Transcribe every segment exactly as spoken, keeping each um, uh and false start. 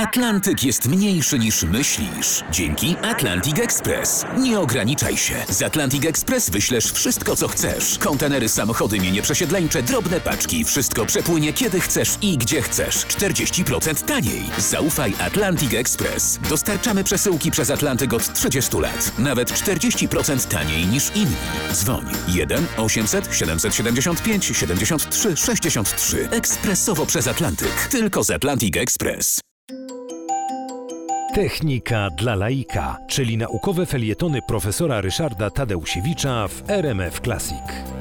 Atlantyk jest mniejszy niż myślisz. Dzięki Atlantic Express. Nie ograniczaj się. Z Atlantic Express wyślesz wszystko, co chcesz. Kontenery, samochody, mienie przesiedleńcze, drobne paczki. Wszystko przepłynie kiedy chcesz i gdzie chcesz. czterdzieści procent taniej. Zaufaj Atlantic Express. Dostarczamy przesyłki przez Atlantyk od trzydziestu lat. Nawet czterdzieści procent taniej niż inni. Dzwoń jeden osiemset siedemset siedemdziesiąt pięć siedemdziesiąt trzy sześćdziesiąt trzy. Ekspresowo przez Atlantyk. Tylko z Atlantic Express. Technika dla laika, czyli naukowe felietony profesora Ryszarda Tadeusiewicza w R M F Classic.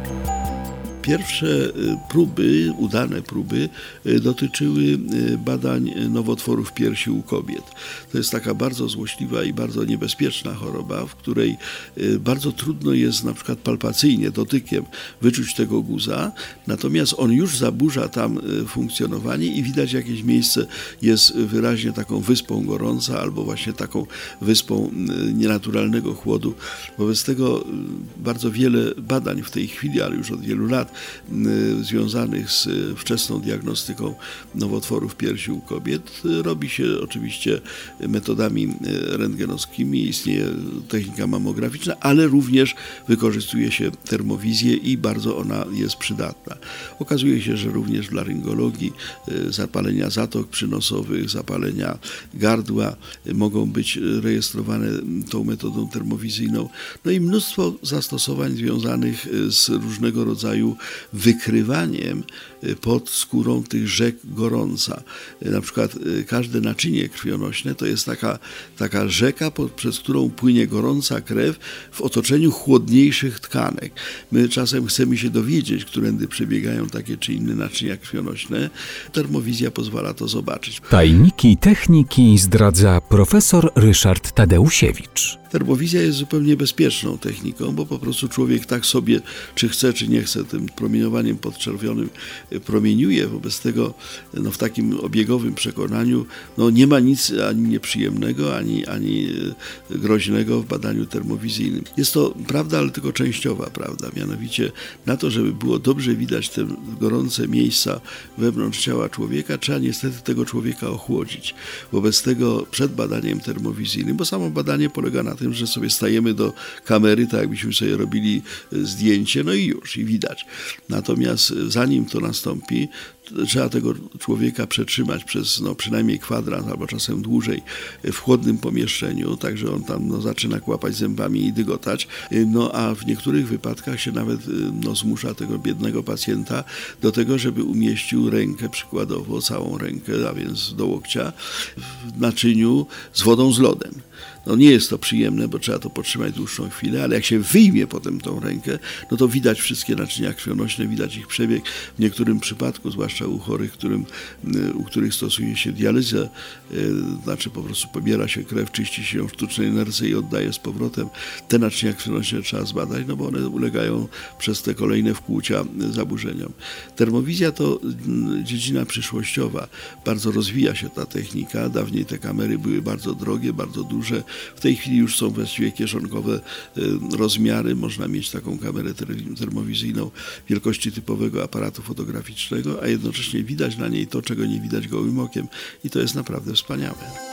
Pierwsze próby, udane próby dotyczyły badań nowotworów piersi u kobiet. To jest taka bardzo złośliwa i bardzo niebezpieczna choroba, w której bardzo trudno jest na przykład palpacyjnie, dotykiem wyczuć tego guza, natomiast on już zaburza tam funkcjonowanie i widać jakieś miejsce jest wyraźnie taką wyspą gorąca albo właśnie taką wyspą nienaturalnego chłodu. Wobec tego bardzo wiele badań w tej chwili, ale już od wielu lat, związanych z wczesną diagnostyką nowotworów piersi u kobiet robi się oczywiście metodami rentgenowskimi, istnieje technika mammograficzna, ale również wykorzystuje się termowizję i bardzo ona jest przydatna. Okazuje się, że również w laryngologii zapalenia zatok przynosowych, zapalenia gardła mogą być rejestrowane tą metodą termowizyjną. No i mnóstwo zastosowań związanych z różnego rodzaju wykrywaniem pod skórą tych rzek gorąca. Na przykład każde naczynie krwionośne to jest taka, taka rzeka, przez którą płynie gorąca krew w otoczeniu chłodniejszych tkanek. My czasem chcemy się dowiedzieć, którędy przebiegają takie czy inne naczynia krwionośne. Termowizja pozwala to zobaczyć. Tajniki techniki zdradza profesor Ryszard Tadeusiewicz. Termowizja jest zupełnie bezpieczną techniką, bo po prostu człowiek tak sobie, czy chce, czy nie chce, tym promieniowaniem podczerwionym promieniuje. Wobec tego no, w takim obiegowym przekonaniu no, nie ma nic ani nieprzyjemnego, ani, ani groźnego w badaniu termowizyjnym. Jest to prawda, ale tylko częściowa prawda. Mianowicie na to, żeby było dobrze widać te gorące miejsca wewnątrz ciała człowieka, trzeba niestety tego człowieka ochłodzić. Wobec tego przed badaniem termowizyjnym, bo samo badanie polega na tym, że sobie stajemy do kamery, tak jakbyśmy sobie robili zdjęcie, no i już, i widać. Natomiast zanim to nastąpi, trzeba tego człowieka przetrzymać przez no, przynajmniej kwadrans, albo czasem dłużej w chłodnym pomieszczeniu, także on tam no, zaczyna kłapać zębami i dygotać. No a w niektórych wypadkach się nawet no, zmusza tego biednego pacjenta do tego, żeby umieścił rękę, przykładowo całą rękę, a więc do łokcia, w naczyniu z wodą z lodem. No nie jest to przyjemne, bo trzeba to podtrzymać dłuższą chwilę, ale jak się wyjmie potem tą rękę, no to widać wszystkie naczynia krwionośne, widać ich przebieg. W niektórym przypadku, zwłaszcza u chorych, którym, u których stosuje się dializę, znaczy po prostu pobiera się krew, czyści się ją w sztucznej nerce i oddaje z powrotem. Te naczynia krwionośne trzeba zbadać, no bo one ulegają przez te kolejne wkłucia zaburzeniom. Termowizja to dziedzina przyszłościowa. Bardzo rozwija się ta technika. Dawniej te kamery były bardzo drogie, bardzo duże. W tej chwili już są właściwie kieszonkowe rozmiary. Można mieć taką kamerę termowizyjną wielkości typowego aparatu fotograficznego, a jednocześnie widać na niej to, czego nie widać gołym okiem. I to jest naprawdę wspaniałe.